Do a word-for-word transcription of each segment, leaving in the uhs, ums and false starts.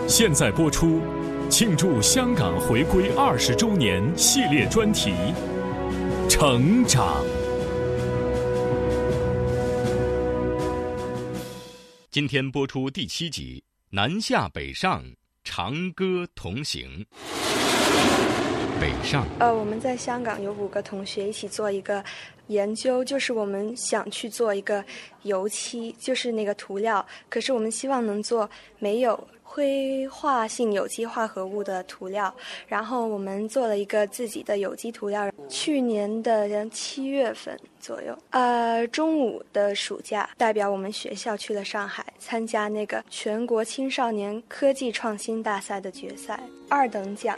现在播出庆祝香港回归二十周年系列专题《成长》。今天播出第七集，南下北上，长歌同行。北上， 呃，我们在香港有五个同学一起做一个研究，就是我们想去做一个油漆，就是那个涂料，可是我们希望能做没有挥化性有机化合物的涂料，然后我们做了一个自己的有机涂料。去年的七月份左右，呃，中午的暑假，代表我们学校去了上海，参加那个全国青少年科技创新大赛的决赛，二等奖。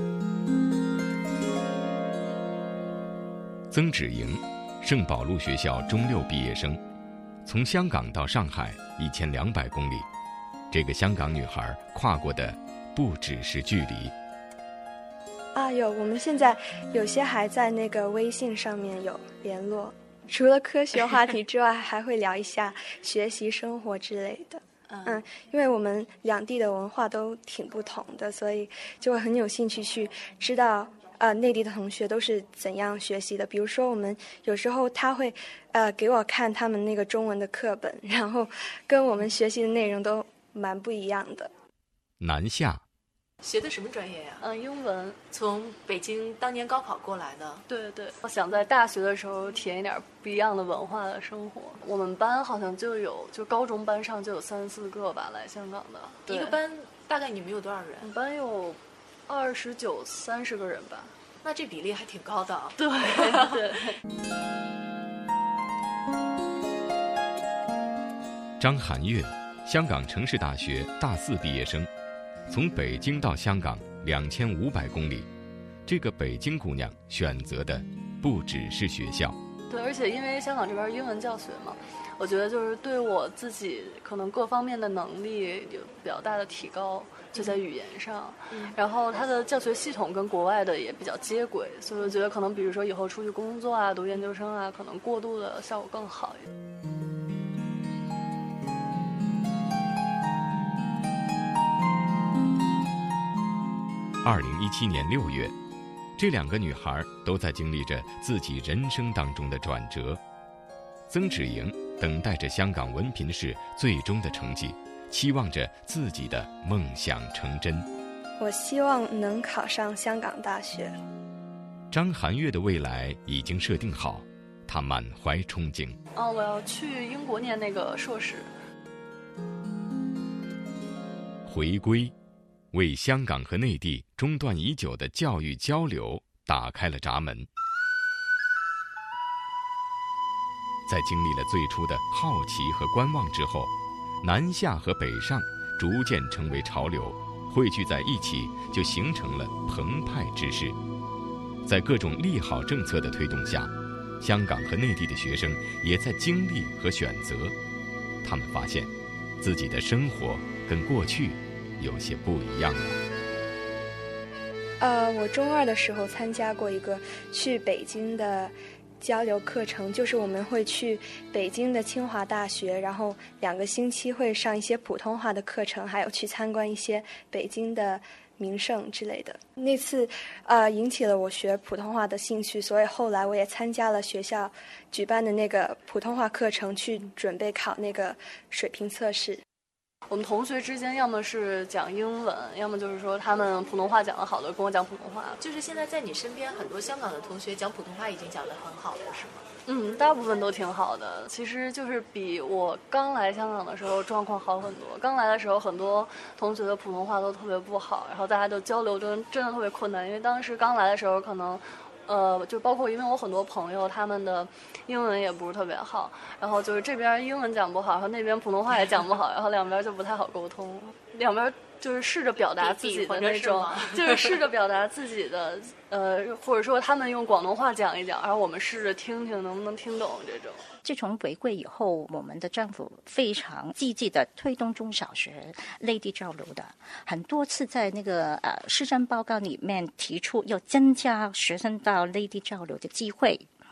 曾芷莹，圣保禄学校中六毕业生，从香港到上海一千两百公里，这个香港女孩跨过的不只是距离。 啊，有，我们现在有些还在那个微信上面有联络，除了科学话题之外，还会聊一下学习、生活之类的。嗯，因为我们两地的文化都挺不同的，所以就会很有兴趣去知道。呃，内地的同学都是怎样学习的？比如说，我们有时候他会，呃，给我看他们那个中文的课本，然后跟我们学习的内容都蛮不一样的。 南下， 学的什么专业呀？ 嗯，英文。 从北京当年高考过来的。 对对，我想在大学的时候体验一点不一样的文化的生活。我们班好像就有，就高中班上就有三四个吧，来香港的。 一个班大概你们有多少人？ 我们班有二十九、三十个人吧。 那这比例还挺高的啊。 对对。 张涵月，香港城市大学大四毕业生，从北京到香港两千五百公里，这个北京姑娘选择的不只是学校。 对，而且因为香港这边英文教学嘛，我觉得就是对我自己可能各方面的能力有比较大的提高，就在语言上。嗯、然后它的教学系统跟国外的也比较接轨，所以我觉得可能比如说以后出去工作啊、读研究生啊，可能过渡的效果更好一点。 二零一七年六月，这两个女孩都在经历着自己人生当中的转折。曾芷莹等待着香港文凭试最终的成绩，期望着自己的梦想成真。 我希望能考上香港大学。 张涵月的未来已经设定好，她满怀憧憬。 哦，我要去英国念那个硕士。 回归，为香港和内地中断已久的教育交流打开了闸门。在经历了最初的好奇和观望之后，南下和北上逐渐成为潮流，汇聚在一起就形成了澎湃之势。在各种利好政策的推动下，香港和内地的学生也在经历和选择。他们发现自己的生活跟过去有些不一样了。 呃，我中二的时候参加过一个去北京的交流课程，就是我们会去北京的清华大学，然后两个星期会上一些普通话的课程，还有去参观一些北京的名胜之类的。那次呃引起了我学普通话的兴趣，所以后来我也参加了学校举办的那个普通话课程，去准备考那个水平测试。 我们同学之间要么是讲英文，要么就是说他们普通话讲得好的跟我讲普通话。 就是现在在你身边很多香港的同学讲普通话已经讲得很好了，是吗？ 嗯，大部分都挺好的。其实就是比我刚来香港的时候状况好很多。刚来的时候很多同学的普通话都特别不好，然后大家就交流真真的特别困难，因为当时刚来的时候可能呃，就包括因为我很多朋友他们的英文也不是特别好，然后就是这边英文讲不好，然后那边普通话也讲不好，然后两边就不太好沟通，两边就是试着表达自己的那种，就是试着表达自己的呃，或者说他们用广东话讲一讲，然后我们试着听听能不能听懂这种。 自从回归以后，我们的政府非常积极的推动中小学内地交流的，很多次在那个呃施政报告里面提出要增加学生到内地交流的机会。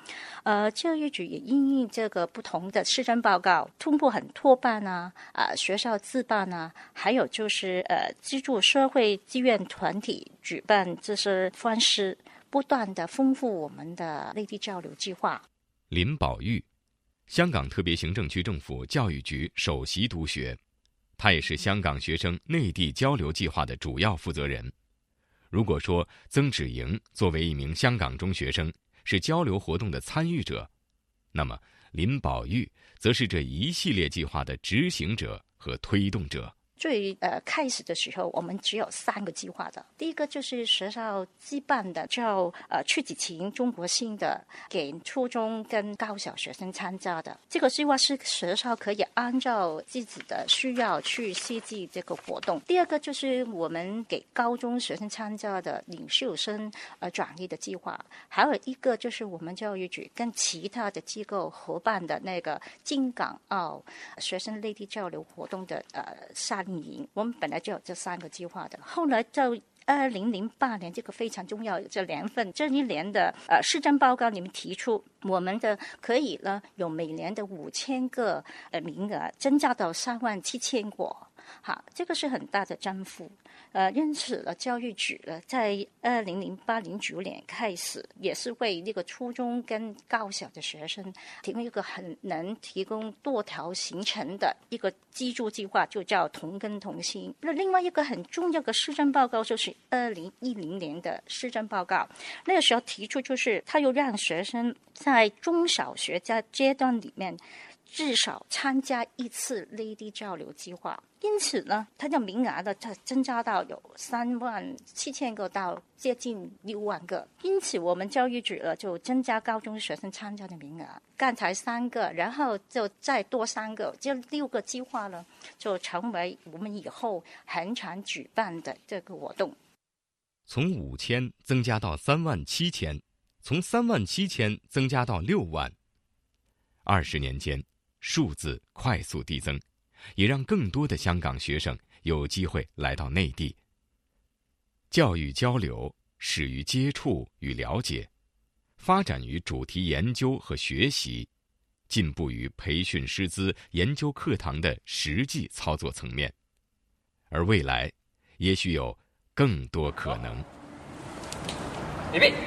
呃，教育局也因应这个不同的施政报告，通过很托办啊、呃、学校自办啊，还有就是呃资助社会志愿团体举办这些方式，不断的丰富我们的内地交流计划。 林宝玉，香港特别行政区政府教育局首席督学，他也是香港学生内地交流计划的主要负责人。如果说曾芷莹作为一名香港中学生是交流活动的参与者，那么林宝玉则是这一系列计划的执行者和推动者。 最呃开始的时候，我们只有三个计划的。第一个就是学校自办的，叫呃去几情中国新的，给初中跟高小学生参加的。这个计划是学校可以按照自己的需要去设计这个活动。第二个就是我们给高中学生参加的领袖生呃转移的计划，还有一个就是我们教育局跟其他的机构合办的那个京港澳学生内地交流活动的呃夏令营。我们本来就有这三个计划的，后来就二零零八年这个非常重要的这年份，这一年的呃施政报告里面提出，我们的可以呢有每年的五千个呃名额增加到三万七千个。好，这个是很大的增幅。呃，因此呢，教育局呢，在二零零八零九年开始，也是为那个初中跟高小的学生提供一个很能提供多条行程的一个资助计划，就叫同根同心。那另外一个很重要的施政报告就是二零一零年的施政报告，那个时候提出就是他又让学生在中小学在阶段里面至少参加一次内地交流计划，因此呢，它的名额呢，它增加到有三万七千个到接近六万个。因此，我们教育局呢就增加高中学生参加的名额，刚才三个，然后就再多三个，这六个计划呢，就成为我们以后恒常举办的这个活动。 从五千增加到三万七千，从三万七千增加到六万，二十年间。数字快速递增，也让更多的香港学生有机会来到内地。教育交流始于接触与了解，发展于主题研究和学习，进步于培训师资、研究课堂的实际操作层面。而未来，也许有更多可能。 预备，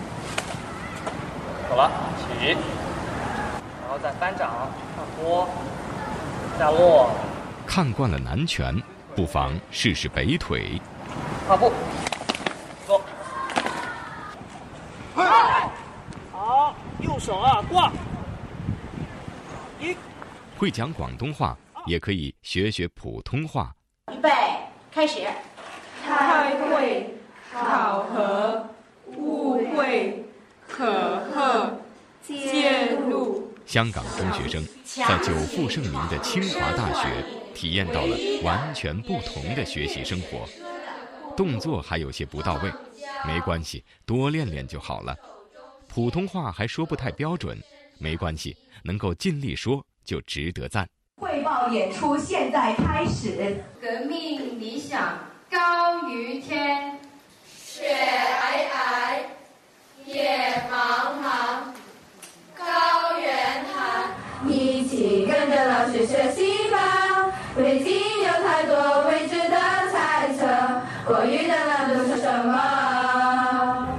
走了，起。然后再翻掌，上托，下落。 看惯了南拳，不妨试试北腿。 踏步，走。好，右手啊挂。一。 会讲广东话，也可以学学普通话。 预备，开始。 开会、考核、误会、可贺、介入。 香港中学生在久负盛名的清华大学体验到了完全不同的学习生活，动作还有些不到位，没关系，多练练就好了。普通话还说不太标准，没关系，能够尽力说就值得赞。 汇报演出现在开始。 革命理想高于天，雪皑皑，野茫茫，高原寒。 一起跟着老师学习吧，北京有太多未知的猜测，我遇到的都是什么？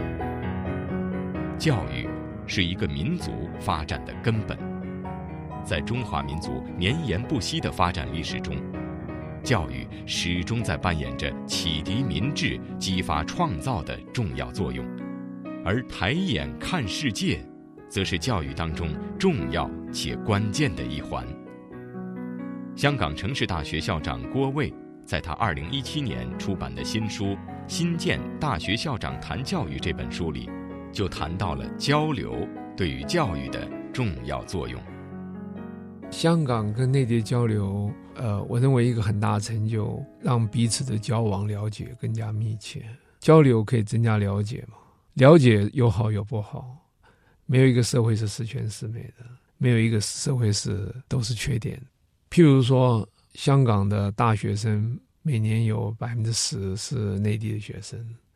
教育是一个民族发展的根本，在中华民族绵延不息的发展历史中，教育始终在扮演着启迪民智、激发创造的重要作用，而抬眼看世界则是教育当中重要且关键的一环。香港城市大学校长郭卫在他二零一七年出版的新书《新建大学校长谈教育》这本书里，就谈到了交流对于教育的重要作用。 香港跟内地交流，呃，我认为一个很大的成就，让彼此的交往了解更加密切。交流可以增加了解嘛，了解有好有不好。没有一个社会是十全十美的，没有一个社会是都是缺点。譬如说，香港的大学生每年有百分之十是内地的学生，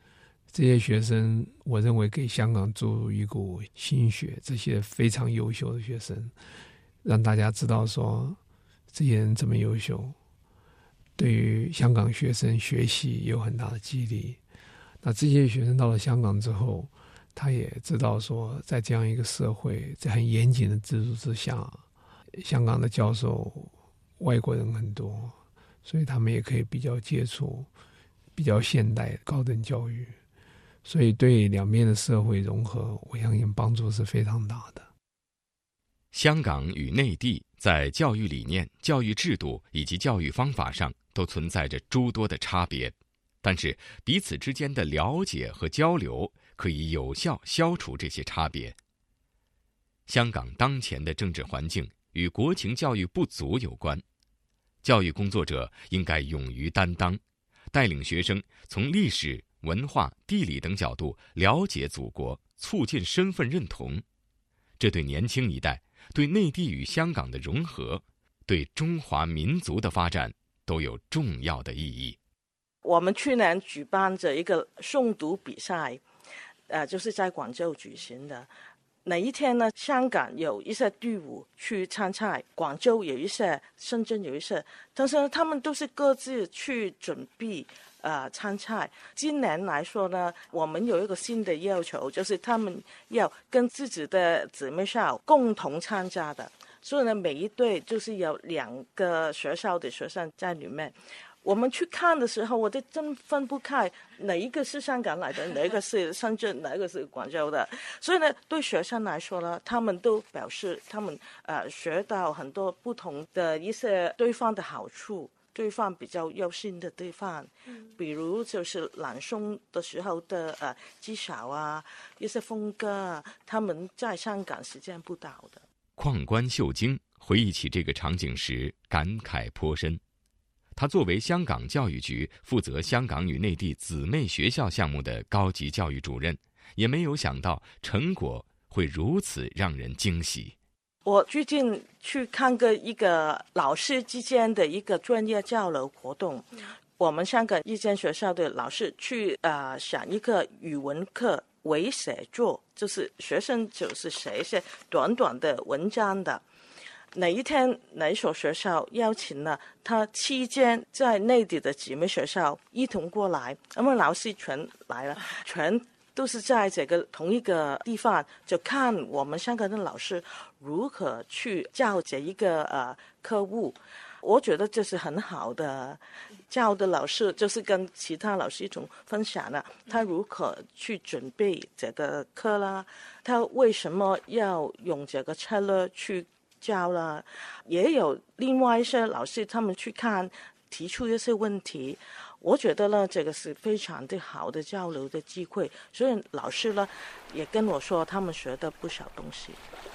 这些学生我认为给香港注入一股心血，这些非常优秀的学生，让大家知道说这些人这么优秀，对于香港学生学习有很大的激励。那这些学生到了香港之后，他也知道说在这样一个社会，在很严谨的制度之下，香港的教授外国人很多，所以他们也可以比较接触比较现代高等教育，所以对两边的社会融合，我相信帮助是非常大的。 香港与内地在教育理念、教育制度以及教育方法上都存在着诸多的差别，但是彼此之间的了解和交流可以有效消除这些差别。香港当前的政治环境与国情教育不足有关，教育工作者应该勇于担当，带领学生从历史、文化、地理等角度了解祖国，促进身份认同。这对年轻一代，对内地与香港的融合，对中华民族的发展都有重要的意义。 我们去年举办着一个诵读比赛，呃，就是在广州举行的。哪一天呢？香港有一些队伍去参赛，广州有一些，深圳有一些，但是他们都是各自去准备呃参赛。今年来说呢，我们有一个新的要求，就是他们要跟自己的姊妹校共同参加的，所以呢，每一队就是有两个学校的学生在里面。我们去看的时候，我都真分不开哪一个是香港来的，哪一个是深圳，哪一个是广州的。所以呢，对学生来说呢，他们都表示他们呃学到很多不同的一些对方的好处，对方比较有心的地方，比如就是朗诵的时候的呃技巧啊，一些风格啊，他们在香港实践不到的。 旷观秀经回忆起这个场景时，感慨颇深。他作为香港教育局负责香港与内地姊妹学校项目的高级教育主任，也没有想到成果会如此让人惊喜。 我最近去看过一个老师之间的一个专业交流活动，我们香港一间学校的老师去呃想一个语文课微写作，就是学生就是写一些短短的文章的。哪一天哪一所学校邀请了他期间在内地的姊妹学校一同过来，那么老师全来了，全都是在这个同一个地方，就看我们香港的老师如何去教这一个呃科目。我觉得这是很好的，教的老师就是跟其他老师一同分享了他如何去准备这个课啦，他为什么要用这个策略去教了，也有另外一些老师他们去看，提出一些问题。我觉得呢，这个是非常的好的交流的机会，所以老师呢也跟我说他们学的不少东西。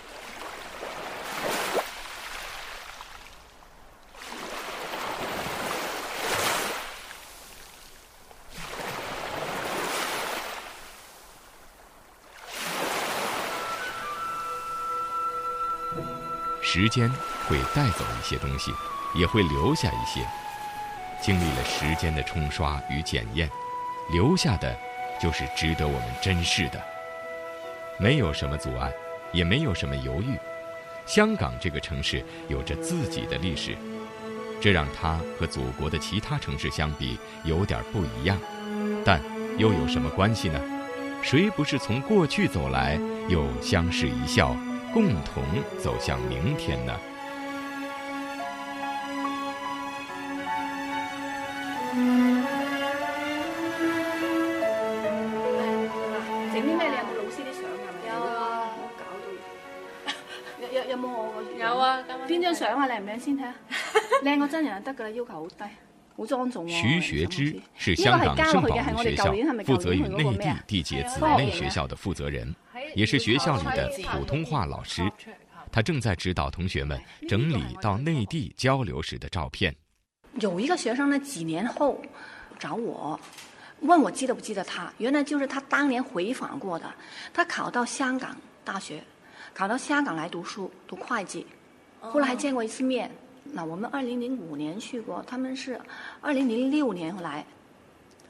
时间会带走一些东西，也会留下一些。经历了时间的冲刷与检验，留下的就是值得我们珍视的。没有什么阻碍，也没有什么犹豫。香港这个城市有着自己的历史，这让它和祖国的其他城市相比有点不一样，但又有什么关系呢？谁不是从过去走来，又相视一笑，共同走向明天呢？ 整啲咩？你有冇老師啲相啊？有啊，我搞到有有有冇我個？有啊，邊張相啊？靚唔靚先睇下？靚過真人就得噶啦，要求好低。 徐学之是香港圣保路学校负责与内地缔结姊妹学校的负责人，也是学校里的普通话老师。他正在指导同学们整理到内地交流时的照片。 有一个学生呢，几年后找我，问我记得不记得他？原来就是他当年回访过的。他考到香港大学，考到香港来读书，读会计，后来还见过一次面。那我们二零零五年去过，他们是二零零六年来，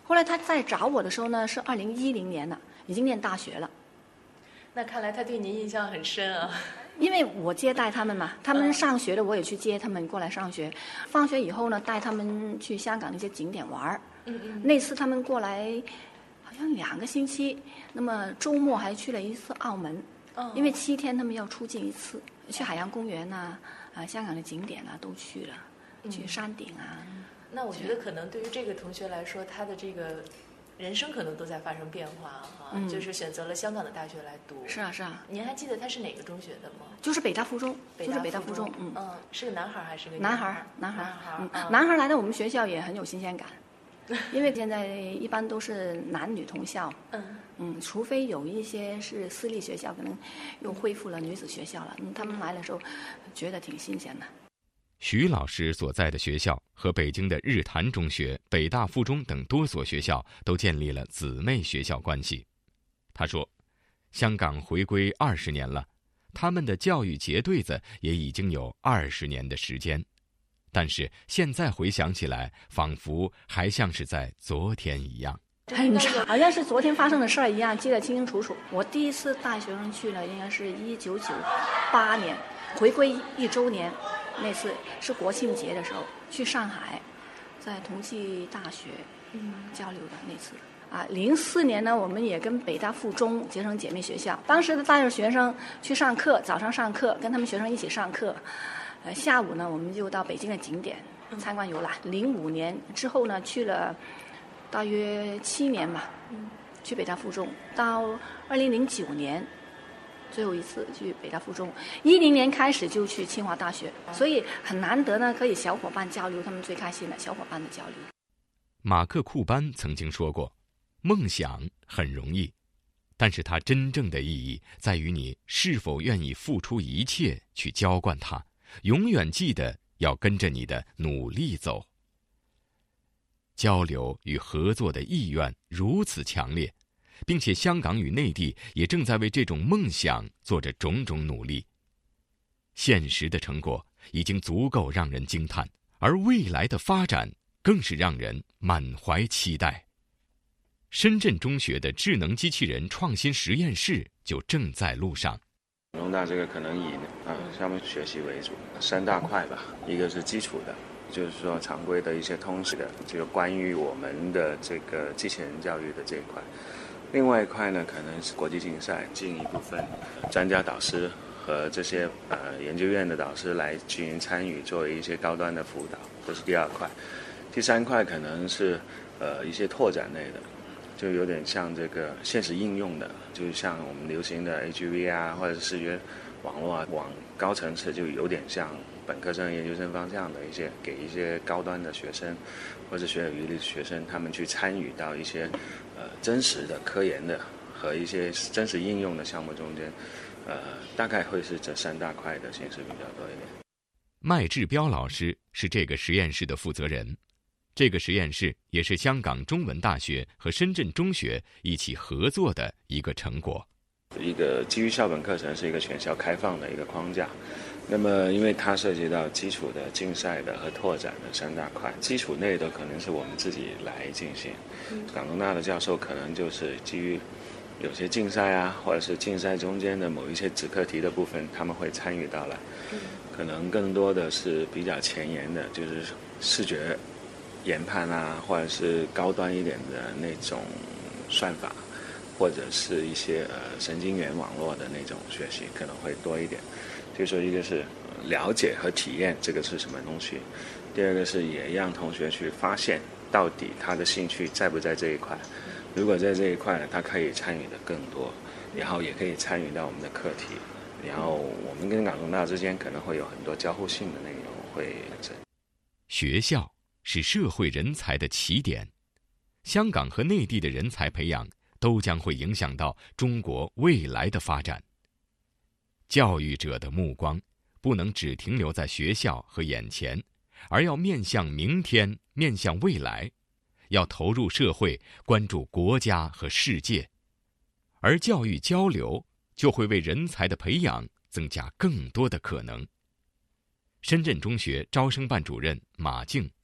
后来他再找我的时候呢，是二零一零年了，已经念大学了。 那看来他对您印象很深啊。 因为我接待他们嘛，他们上学的我也去接他们过来上学，放学以后呢，带他们去香港的一些景点玩儿。 嗯嗯。 那次他们过来好像两个星期，那么周末还去了一次澳门。 哦。 因为七天他们要出境一次，去海洋公园呐、啊，啊，香港的景点啊都去了，去山顶啊。 嗯、那我觉得可能对于这个同学来说，他的这个人生可能都在发生变化哈、嗯，就是选择了香港的大学来读。 是啊是啊。 您还记得他是哪个中学的吗？ 就是北大附中， 北就是北大附中， 嗯嗯，是个男孩还是个男孩？ 男孩， 男孩， 嗯嗯、 男孩来到我们学校也很有新鲜感，因为现在一般都是男女同校， 嗯嗯，除非有一些是私立学校，可能又恢复了女子学校了，嗯，他们来的时候觉得挺新鲜的。 徐老师所在的学校和北京的日坛中学、北大附中等多所学校都建立了姊妹学校关系。他说，香港回归二十年了，他们的教育结对子也已经有二十年的时间，但是现在回想起来，仿佛还像是在昨天一样。 很长，好像是昨天发生的事儿一样，记得清清楚楚。我第一次带学生去了，应该是一九九八年，回归一周年，那次是国庆节的时候去上海，在同济大学交流的那次。啊，零四年呢，我们也跟北大附中结成姐妹学校，当时的带着学生去上课，早上上课，跟他们学生一起上课，呃，下午呢，我们就到北京的景点参观游览。零五年之后呢，去了大约七年吧，去北大附中，到二零零九年最后一次去北大附中，一零年开始就去清华大学，所以很难得呢，可以小伙伴交流，他们最开心的小伙伴的交流。 马克库班曾经说过，梦想很容易，但是它真正的意义在于你是否愿意付出一切去浇灌它，永远记得要跟着你的努力走。交流与合作的意愿如此强烈，并且香港与内地也正在为这种梦想做着种种努力。现实的成果已经足够让人惊叹，而未来的发展更是让人满怀期待。深圳中学的智能机器人创新实验室就正在路上。 农大这个可能以啊项目学习为主，三大块吧，一个是基础的，就是说常规的一些通识的，这个关于我们的这个机器人教育的这一块。另外一块呢，可能是国际竞赛，进一部分专家导师和这些呃研究院的导师来进行参与，作为一些高端的辅导，这是第二块。第三块可能是呃一些拓展类的。就有点像这个现实应用的，就像我们流行的 H V 啊，或者是视觉网络啊，往高层次就有点像本科生、研究生方向的一些，给一些高端的学生或者学有余力的学生，他们去参与到一些呃真实的科研的和一些真实应用的项目中间，呃，大概会是这三大块的形式比较多一点。 麦志彪老师是这个实验室的负责人。这个实验室也是香港中文大学和深圳中学一起合作的一个成果。 一个基于校本课程是一个全校开放的一个框架，那么因为它涉及到基础的、竞赛的和拓展的三大块，基础内的可能是我们自己来进行，港中大的教授可能就是基于有些竞赛啊，或者是竞赛中间的某一些子课题的部分，他们会参与到来，可能更多的是比较前沿的，就是视觉研判啊，或者是高端一点的那种算法，或者是一些呃神经元网络的那种学习可能会多一点。就说一个是了解和体验这个是什么东西，第二个是也让同学去发现到底他的兴趣在不在这一块，如果在这一块他可以参与的更多，然后也可以参与到我们的课题，然后我们跟港中大之间可能会有很多交互性的内容会产生。 学校是社会人才的起点，香港和内地的人才培养都将会影响到中国未来的发展。教育者的目光不能只停留在学校和眼前，而要面向明天，面向未来，要投入社会，关注国家和世界。而教育交流就会为人才的培养增加更多的可能。深圳中学招生办主任马静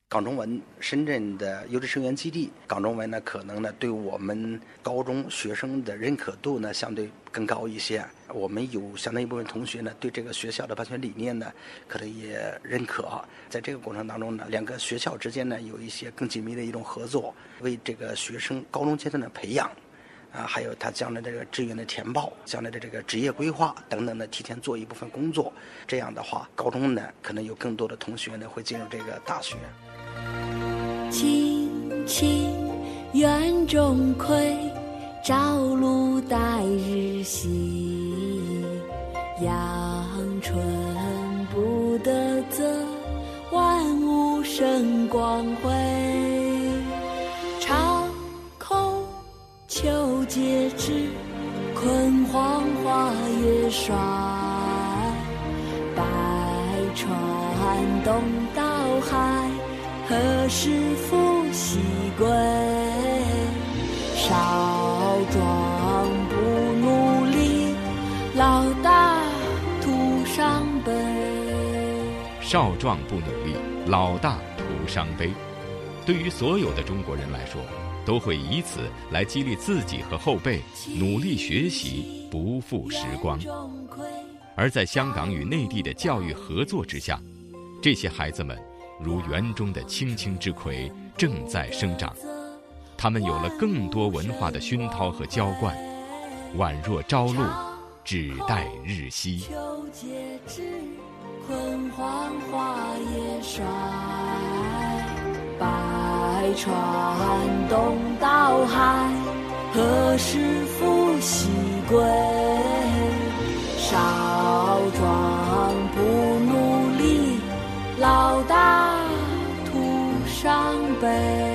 港中文深圳的优质生源基地，港中文呢可能呢对我们高中学生的认可度呢相对更高一些。我们有相当一部分同学呢对这个学校的办学理念呢可能也认可。在这个过程当中呢，两个学校之间呢有一些更紧密的一种合作，为这个学生高中阶段的培养啊，还有他将来的这个志愿的填报、将来的这个职业规划等等的提前做一部分工作。这样的话，高中呢可能有更多的同学呢会进入这个大学。 青青园中葵，朝露待日晞。阳春布德泽，万物生光辉。朝空秋节至，昆黄花月衰。百川东到海，何时复西归？少壮不努力，老大徒伤悲。 少壮不努力，老大徒伤悲。对于所有的中国人来说，都会以此来激励自己和后辈努力学习，不负时光。而在香港与内地的教育合作之下，这些孩子们如园中的青青之葵，正在生长。他们有了更多文化的熏陶和浇灌，宛若朝露，只待日晞。 秋节至，昆黄花叶衰。百川东到海，何时复西归？少壮不努力，老大徒伤悲。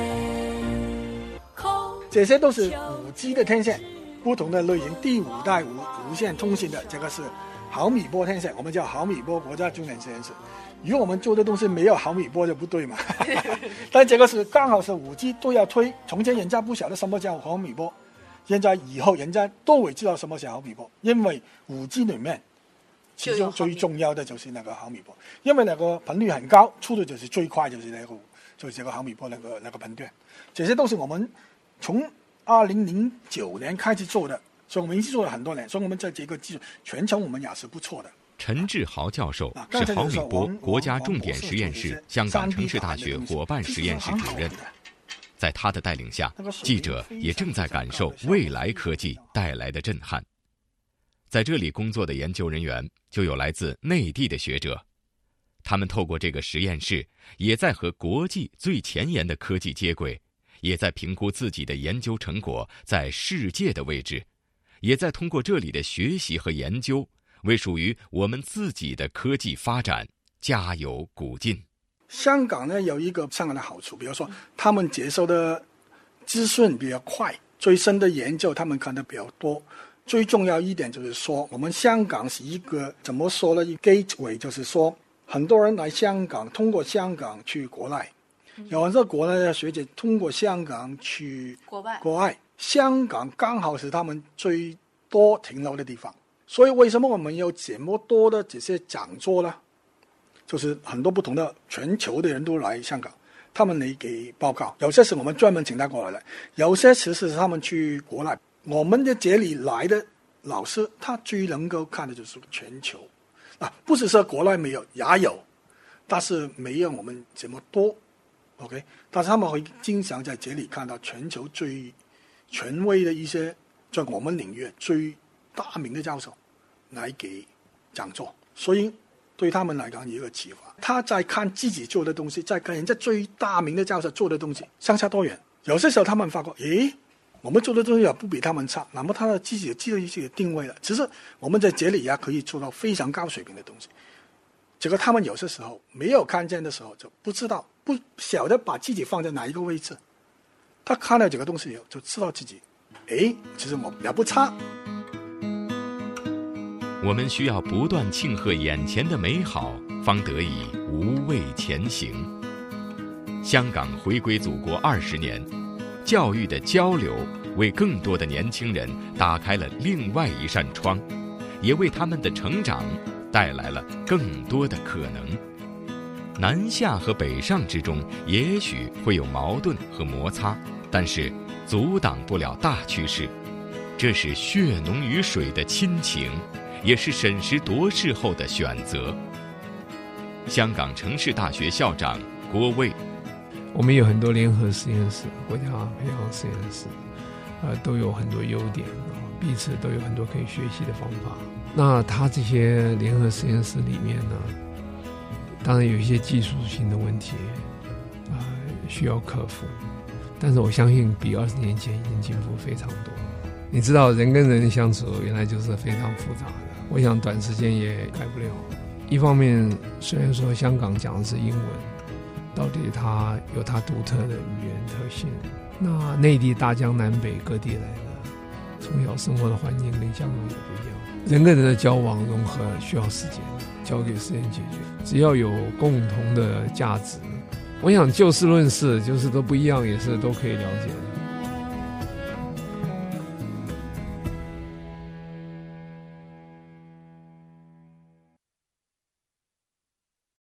这些都是五 G 的天线，不同的类型。第五代无无线通信的这个是毫米波天线，我们叫毫米波国家重点实验室。如果我们做的东西没有毫米波就不对嘛。但这个是刚好是五 G 都要推，从前人家不晓得什么叫毫米波，现在以后人家都会知道什么是毫米波，因为五 G 里面其中最重要的就是那个毫米波，因为那个频率很高，速度就是最快，就是那个就是这个毫米波那个那个频段。这些都是我们从二零零九年开始做的，所以我们已经做了很多年，所以我们在这个技术全球我们也是不错的。 陈志豪教授是毫米波国家重点实验室香港城市大学伙伴实验室主任，在他的带领下，记者也正在感受未来科技带来的震撼。在这里工作的研究人员就有来自内地的学者，他们透过这个实验室，也在和国际最前沿的科技接轨，也在评估自己的研究成果在世界的位置，也在通过这里的学习和研究，为属于我们自己的科技发展加油鼓劲。 香港呢有一个香港的好处，比如说他们接收的资讯比较快，最新的研究他们看得比较多。最重要一点就是说，我们香港是一个怎么说呢 gateway， 就是说很多人来香港，通过香港去国内，有很多国内的学者通过香港去国外， 国外香港刚好是他们最多停留的地方。所以为什么我们有这么多的这些讲座呢？就是很多不同的全球的人都来香港，他们来给报告，有些是我们专门请他过来的，有些其实是他们去国内。我们的这里来的老师，他最能够看的就是全球啊，不是说国内没有，也有，但是没有我们这么多 ，OK？ 但是他们会经常在这里看到全球最权威的一些在我们领域最大名的教授来给讲座，所以对他们来讲有一个启发。他在看自己做的东西，在跟人家最大名的教授做的东西相差多远。有些时候他们发觉，诶，我们做的东西也不比他们差，那么他的自己知道自己的定位了。其实我们在这里也可以做到非常高水平的东西。这个他们有些时候没有看见的时候，就不知道不晓得把自己放在哪一个位置。他看到这个东西以后，就知道自己，诶，其实我也不差。 我们需要不断庆贺眼前的美好，方得以无畏前行。香港回归祖国二十年，教育的交流为更多的年轻人打开了另外一扇窗，也为他们的成长带来了更多的可能。 南下和北上之中也许会有矛盾和摩擦，但是阻挡不了大趋势。这是血浓于水的亲情，也是审时度势后的选择。香港城市大学校长郭卫， 我们有很多联合实验室、国家培养实验室，呃，都有很多优点啊，彼此都有很多可以学习的方法。那它这些联合实验室里面呢，当然有一些技术性的问题啊、呃，需要克服，但是我相信比二十年前已经进步非常多。你知道人跟人相处原来就是非常复杂的，我想短时间也改不了。一方面虽然说香港讲的是英文，到底它有它独特的语言特性，那内地大江南北各地来的，从小生活的环境跟香港也不一样，人跟人的交往融合需要时间，交给时间解决。只要有共同的价值，我想就事论事，就是都不一样也是都可以了解的。